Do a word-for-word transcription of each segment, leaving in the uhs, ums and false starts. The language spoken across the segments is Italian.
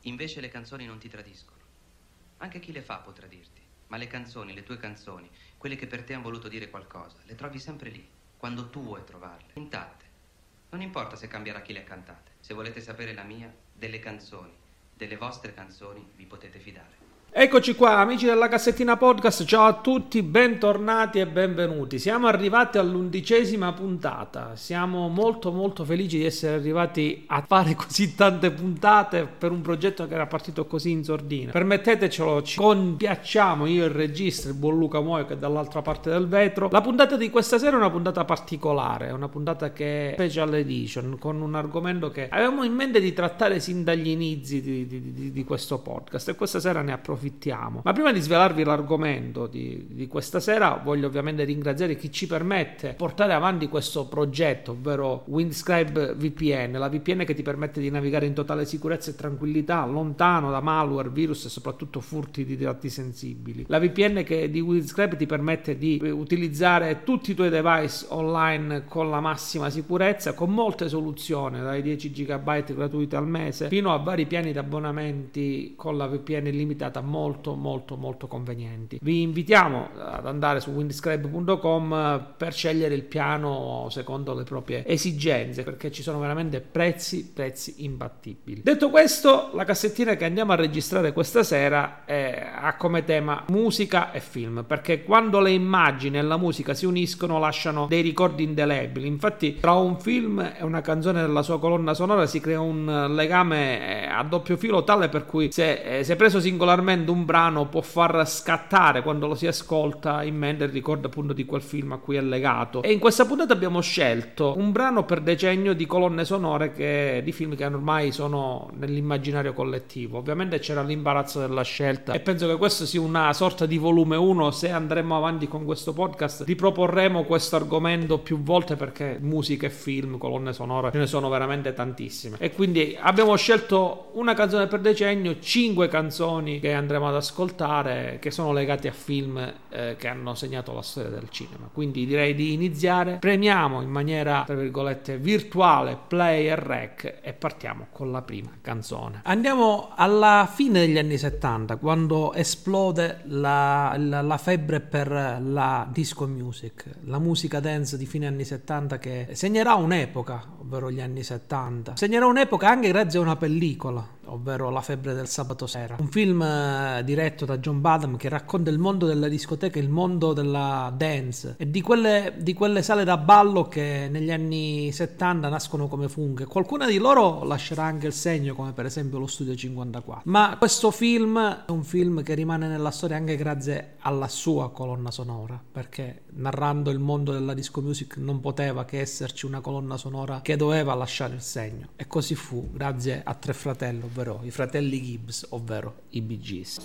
Invece le canzoni non ti tradiscono. Anche chi le fa può tradirti, ma le canzoni, le tue canzoni, quelle che per te hanno voluto dire qualcosa, le trovi sempre lì, quando tu vuoi trovarle, intatte. Non importa se cambierà chi le ha cantate. Se volete sapere la mia, delle canzoni, delle vostre canzoni, vi potete fidare. Eccoci qua, amici della Cassettina Podcast, ciao a tutti, bentornati e benvenuti. Siamo arrivati all'undicesima puntata, siamo molto molto felici di essere arrivati a fare così tante puntate per un progetto che era partito così in sordina. Permettetecelo, ci compiacciamo, io il regista, il buon Luca Moio che è dall'altra parte del vetro. La puntata di questa sera è una puntata particolare, è una puntata che è special edition, con un argomento che avevamo in mente di trattare sin dagli inizi di, di, di, di questo podcast, e questa sera ne approfittiamo. Ma prima di svelarvi l'argomento di, di questa sera, voglio ovviamente ringraziare chi ci permette di portare avanti questo progetto, ovvero Windscribe V P N, la V P N che ti permette di navigare in totale sicurezza e tranquillità, lontano da malware, virus e soprattutto furti di dati sensibili. La V P N che di Windscribe ti permette di utilizzare tutti i tuoi device online con la massima sicurezza, con molte soluzioni, dai dieci giga gratuiti al mese fino a vari piani di abbonamenti con la V P N illimitata molto molto molto convenienti. Vi invitiamo ad andare su windscribe punto com per scegliere il piano secondo le proprie esigenze, perché ci sono veramente prezzi prezzi imbattibili. Detto questo, la cassettina che andiamo a registrare questa sera è, ha come tema musica e film, perché quando le immagini e la musica si uniscono lasciano dei ricordi indelebili. Infatti tra un film e una canzone della sua colonna sonora si crea un legame a doppio filo tale per cui se, se preso singolarmente un brano può far scattare, quando lo si ascolta, in mente il ricordo appunto di quel film a cui è legato. E in questa puntata abbiamo scelto un brano per decennio di colonne sonore che, di film che ormai sono nell'immaginario collettivo. Ovviamente c'era l'imbarazzo della scelta e penso che questo sia una sorta di volume uno. Se andremo avanti con questo podcast riproporremo questo argomento più volte, perché musica e film, colonne sonore, ce ne sono veramente tantissime. E quindi abbiamo scelto una canzone per decennio, cinque canzoni che andremo ad ascoltare che sono legati a film eh, che hanno segnato la storia del cinema. Quindi direi di iniziare. Premiamo in maniera tra virgolette virtuale play e rec e partiamo con la prima canzone. Andiamo alla fine degli anni settanta, quando esplode la, la, la febbre per la disco music, la musica dance di fine anni settanta, che segnerà un'epoca, ovvero gli anni settanta. Segnerà un'epoca anche grazie a una pellicola, ovvero La febbre del sabato sera, un film eh, diretto da John Badham che racconta il mondo della discoteca, il mondo della dance e di quelle, di quelle sale da ballo che negli anni settanta nascono come funghe. Qualcuna di loro lascerà anche il segno, come per esempio lo Studio cinquantaquattro. Ma questo film è un film che rimane nella storia anche grazie alla sua colonna sonora, perché narrando il mondo della disco music non poteva che esserci una colonna sonora che doveva lasciare il segno, e così fu grazie a tre fratelli, ovvero i fratelli Gibbs, ovvero i Bee Gees.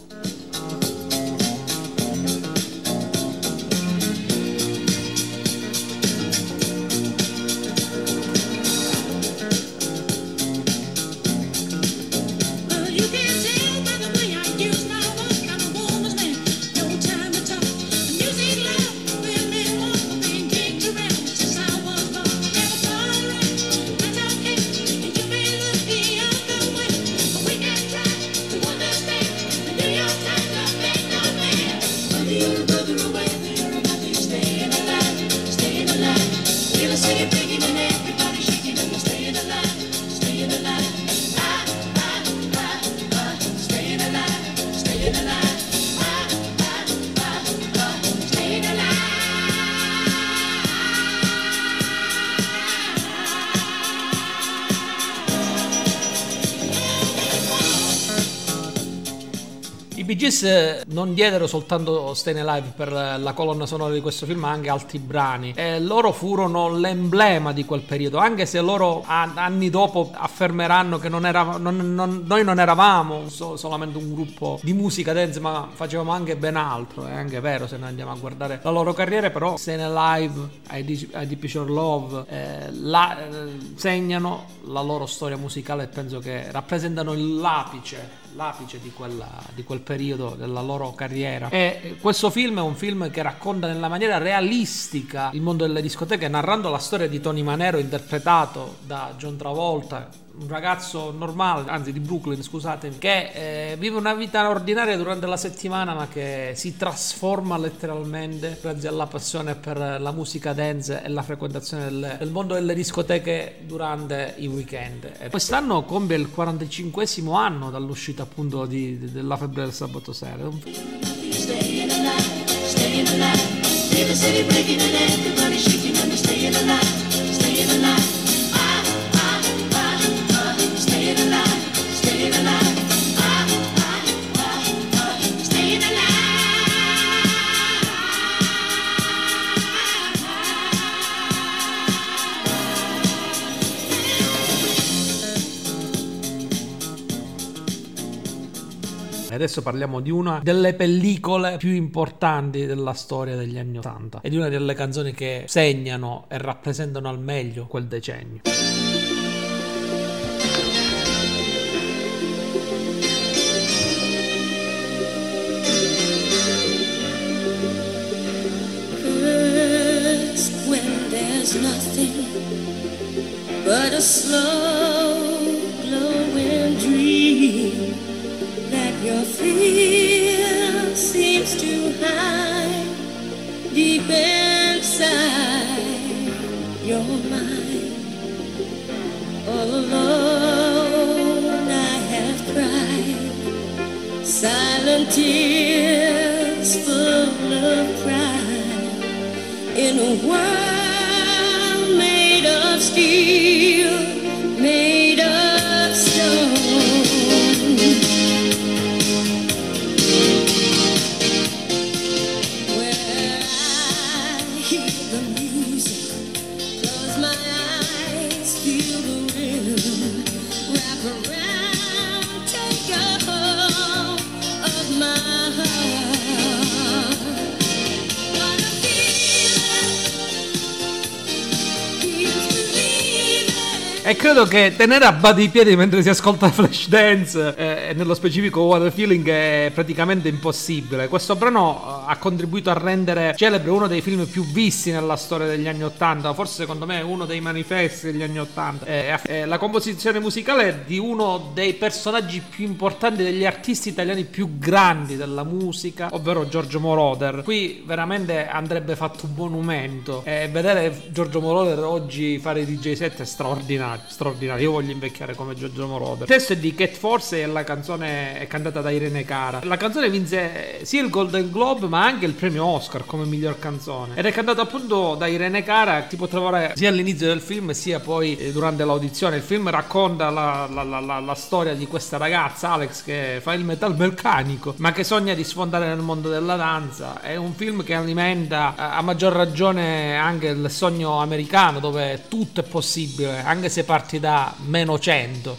I Bee Gees non diedero soltanto Stayin' Alive per la colonna sonora di questo film, ma anche altri brani, e loro furono l'emblema di quel periodo, anche se loro anni dopo affermeranno che non eravamo, non, non, noi non eravamo so, solamente un gruppo di musica dance, ma facevamo anche ben altro. È anche vero se noi andiamo a guardare la loro carriera, però Stayin' Alive, I Deep Your Love eh, la, eh, segnano la loro storia musicale e penso che rappresentano l'apice l'apice di, quella, di quel periodo della loro carriera. E questo film è un film che racconta nella maniera realistica il mondo delle discoteche, narrando la storia di Tony Manero, interpretato da John Travolta, un ragazzo normale, anzi di Brooklyn, scusatemi, che eh, vive una vita ordinaria durante la settimana, ma che si trasforma letteralmente grazie alla passione per la musica dance e la frequentazione del, del mondo delle discoteche durante i weekend. E quest'anno compie il quarantacinquesimo anno dall'uscita appunto di, di, della febbre del sabato sera. Staying alive, staying alive, every city breaking and everybody shaking and staying alive, staying alive. Adesso parliamo di una delle pellicole più importanti della storia degli anni ottanta e di una delle canzoni che segnano e rappresentano al meglio quel decennio. First, when there's nothing but a slow glowing dream that your fear seems to hide deep inside your mind. All alone I have cried silent tears full of pride in a world made of steel, made of stone. E credo che tenere a bada i piedi mentre si ascolta Flashdance eh, e nello specifico What a Feeling è praticamente impossibile. Questo brano ha contribuito a rendere celebre uno dei film più visti nella storia degli anni ottanta, forse secondo me uno dei manifesti degli anni ottanta. Eh, eh, la composizione musicale è di uno dei personaggi più importanti, degli artisti italiani più grandi della musica, ovvero Giorgio Moroder. Qui veramente andrebbe fatto un monumento e vedere Giorgio Moroder oggi fare i D J set è straordinario. straordinario. Io voglio invecchiare come Giorgio Moroder. Il testo è di Cat Force e la canzone è cantata da Irene Cara. La canzone vinse sia il Golden Globe ma anche il premio Oscar come miglior canzone ed è cantata appunto da Irene Cara. Si può trovare sia all'inizio del film sia poi durante l'audizione. Il film racconta la, la, la, la, la storia di questa ragazza Alex che fa il metalmeccanico ma che sogna di sfondare nel mondo della danza. È un film che alimenta a maggior ragione anche il sogno americano dove tutto è possibile anche se parti da meno cento.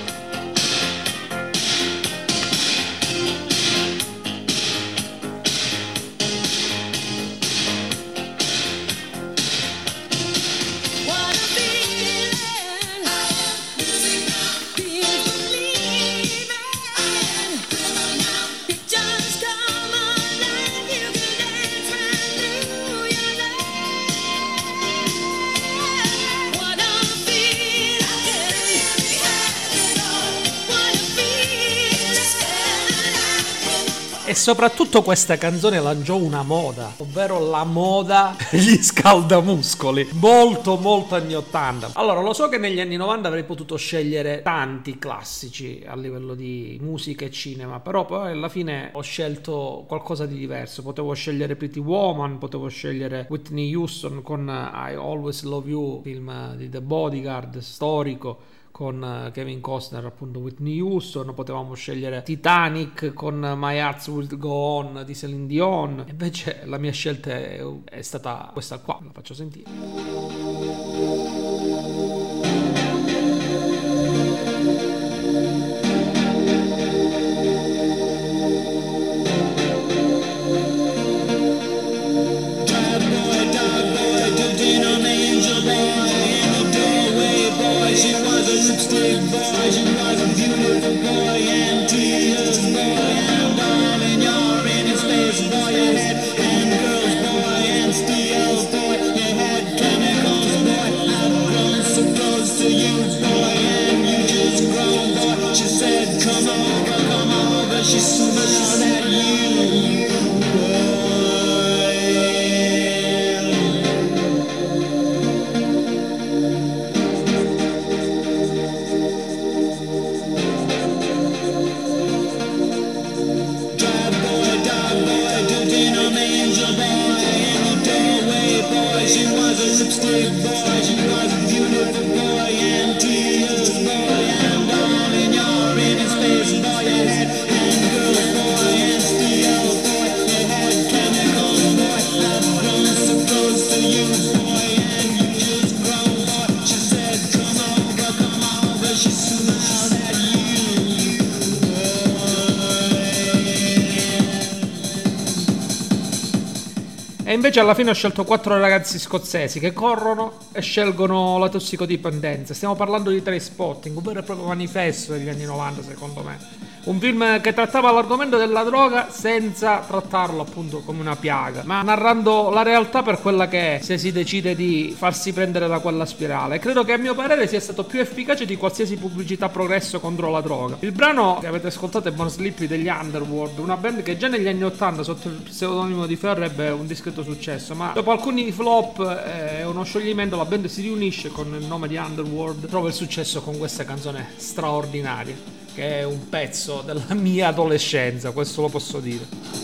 E soprattutto questa canzone lanciò una moda, ovvero la moda degli scaldamuscoli, molto molto anni ottanta. Allora, lo so che negli anni novanta avrei potuto scegliere tanti classici a livello di musica e cinema, però poi alla fine ho scelto qualcosa di diverso. Potevo scegliere Pretty Woman, potevo scegliere Whitney Houston con I Always Love You, film di The Bodyguard, storico, con Kevin Costner, appunto Whitney Houston. Potevamo scegliere Titanic con My Heart Will Go On di Celine Dion. Invece la mia scelta è, è stata questa qua, la faccio sentire. And girls, boy, and steals, boy, you had chemicals, boy. E invece alla fine ho scelto quattro ragazzi scozzesi che corrono e scelgono la tossicodipendenza. Stiamo parlando di Trainspotting, un vero e proprio manifesto degli anni novanta, secondo me. Un film che trattava l'argomento della droga senza trattarlo appunto come una piaga, ma narrando la realtà per quella che è, se si decide di farsi prendere da quella spirale. Credo che a mio parere sia stato più efficace di qualsiasi pubblicità progresso contro la droga. Il brano che avete ascoltato è Born Slippy degli Underworld, una band che già negli anni ottanta sotto il pseudonimo di Ferro ebbe un discreto successo, ma dopo alcuni flop e uno scioglimento la band si riunisce con il nome di Underworld, trova il successo con questa canzone straordinaria, che è un pezzo della mia adolescenza, questo lo posso dire.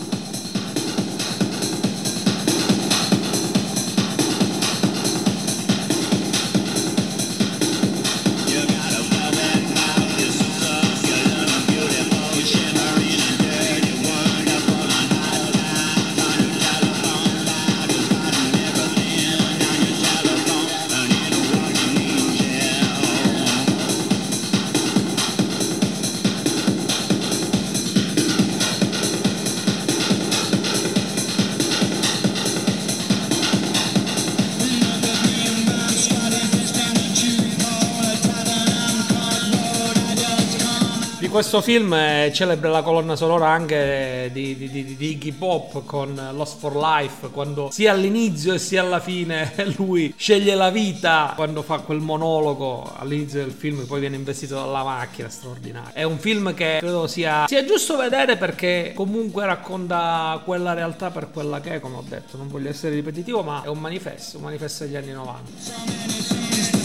Questo film celebra la colonna sonora anche di, di, di, di Iggy Pop con Lost for Life, quando sia all'inizio e sia alla fine lui sceglie la vita, quando fa quel monologo all'inizio del film, poi viene investito dalla macchina, straordinario. È un film che credo sia, sia giusto vedere, perché comunque racconta quella realtà per quella che è, come ho detto. Non voglio essere ripetitivo, ma è un manifesto, un manifesto degli anni novanta.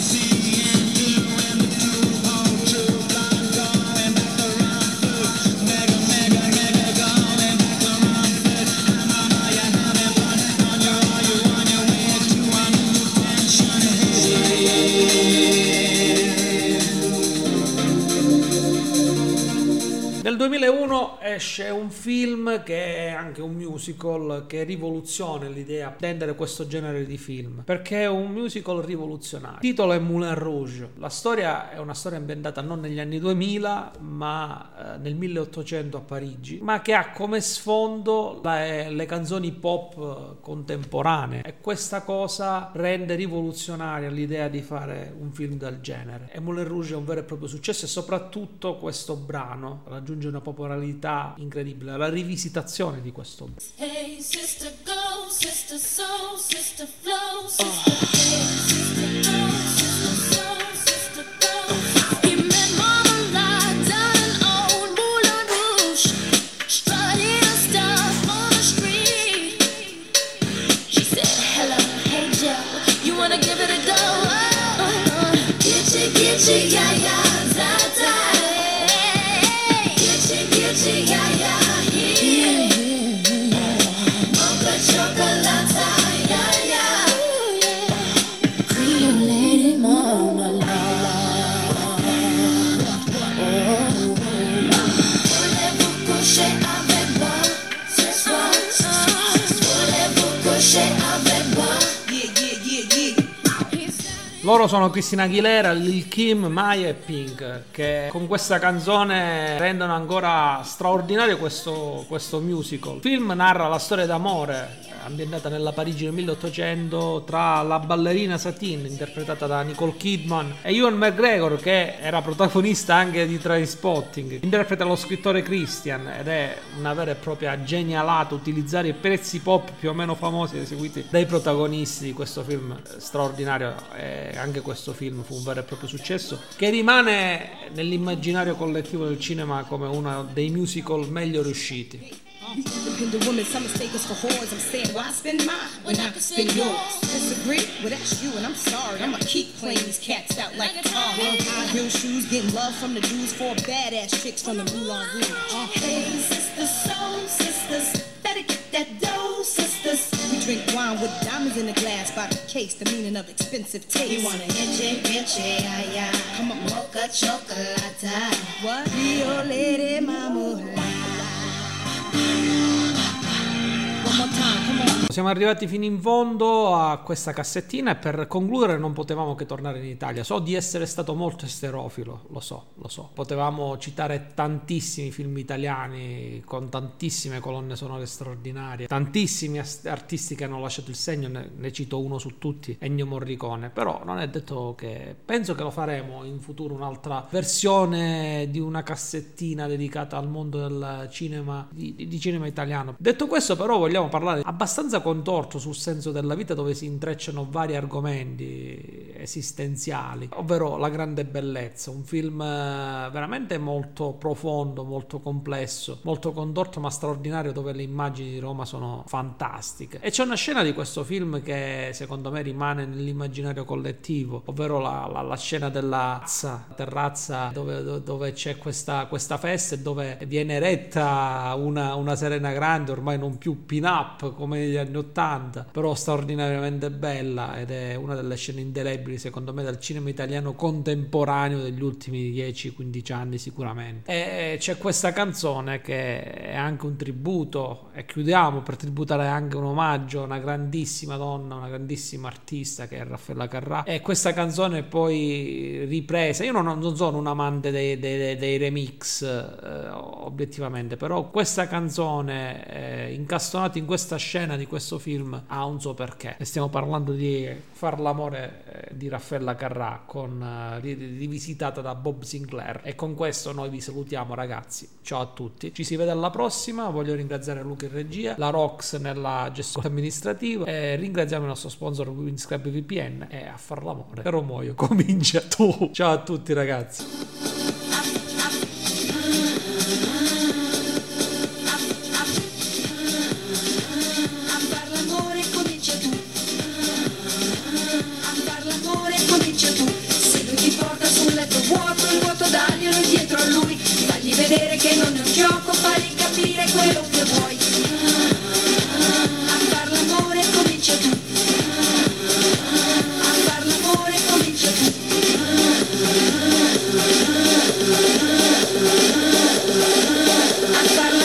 Nel duemilauno esce un film che è anche un musical che rivoluziona l'idea di rendere questo genere di film, perché è un musical rivoluzionario. Il titolo è Moulin Rouge. La storia è una storia ambientata non negli anni duemila, ma eh, nel milleottocento a Parigi, ma che ha come sfondo la, le canzoni pop contemporanee, e questa cosa rende rivoluzionaria l'idea di fare un film del genere. E Moulin Rouge è un vero e proprio successo, e soprattutto questo brano raggiunge una popolarità incredibile, la rivisitazione di questo brano. Hey sister go, sister soul, sister flow, sister oh. Hey, sister go, sister soul, sister go. He met Marmalade down in old Moulin Rouge, strutting her stuff on the street. She said, hello, hey Joe, you wanna give it a go? Uh, uh, Gitchy, gitchy, yeah, yeah, da, da. Yeah, yeah, yeah, mocha chocolate, yeah, yeah, cream lady marmalade. Voulez-vous coucher avec moi ce soir? Voulez-vous coucher avec moi? Yeah, yeah, yeah, yeah. Loro sono Christina Aguilera, Lil Kim, Maya e Pink, che con questa canzone rendono ancora straordinario questo, questo musical. Il film narra la storia d'amore ambientata nella Parigi del milleottocento tra la ballerina Satine, interpretata da Nicole Kidman, e Ewan McGregor, che era protagonista anche di Trainspotting. Interpreta lo scrittore Christian, ed è una vera e propria genialata utilizzare i pezzi pop più o meno famosi eseguiti dai protagonisti di questo film straordinario. È che anche questo film fu un vero e proprio successo, che rimane nell'immaginario collettivo del cinema come uno dei musical meglio riusciti. Independent women, some mistake us for whores. I'm saying, why spend mine when I can spend yours? Disagree? Well, that's you, and I'm sorry. I'ma keep playing these cats out like a car. High heel shoes, getting love from the dudes, four badass chicks from the Moulin Rouge. Uh, hey, sisters, soul sisters, better get that dough, sisters. We drink wine with diamonds in the glass by the case, the meaning of expensive taste. You wanna itchy, itchy, ay, ay. Come on, mocha chocolate. What? Rio Lady Mama. Siamo arrivati fino in fondo a questa cassettina e per concludere non potevamo che tornare in Italia. So di essere stato molto esterofilo, lo so, lo so. Potevamo citare tantissimi film italiani con tantissime colonne sonore straordinarie, tantissimi artisti che hanno lasciato il segno, ne, ne cito uno su tutti, Ennio Morricone, però non è detto che... Penso che lo faremo in futuro, un'altra versione di una cassettina dedicata al mondo del cinema, di, di cinema italiano. Detto questo, però, vogliamo parlare abbastanza contorto sul senso della vita, dove si intrecciano vari argomenti esistenziali, ovvero La grande bellezza, un film veramente molto profondo, molto complesso, molto contorto ma straordinario, dove le immagini di Roma sono fantastiche. E c'è una scena di questo film che secondo me rimane nell'immaginario collettivo, ovvero la, la, la scena della terrazza, terrazza dove, dove c'è questa, questa festa e dove viene eretta una, una Serena Grande, ormai non più pin-up come negli anni ottanta, però straordinariamente bella, ed è una delle scene indelebili secondo me del cinema italiano contemporaneo degli ultimi dieci quindici anni sicuramente. E c'è questa canzone che è anche un tributo, e chiudiamo per tributare anche un omaggio a una grandissima donna, una grandissima artista che è Raffaella Carrà, e questa canzone è poi ripresa. Io non, non sono un amante dei, dei, dei remix eh, obiettivamente, però questa canzone eh, incastonata in questa scena di questo film ha un suo perché, e stiamo parlando di Far l'amore eh, di Raffaella Carrà, con uh, rivisitata da Bob Sinclair. E con questo noi vi salutiamo, ragazzi, ciao a tutti, ci si vede alla prossima. Voglio ringraziare Luca in regia, la Rox nella gestione amministrativa, e ringraziamo il nostro sponsor Winscribe V P N. E a far l'amore però muoio, comincia tu. Ciao a tutti, ragazzi. Vedere che non è un gioco, fagli capire quello che vuoi. A far l'amore comincia tu. A far l'amore comincia tu. A far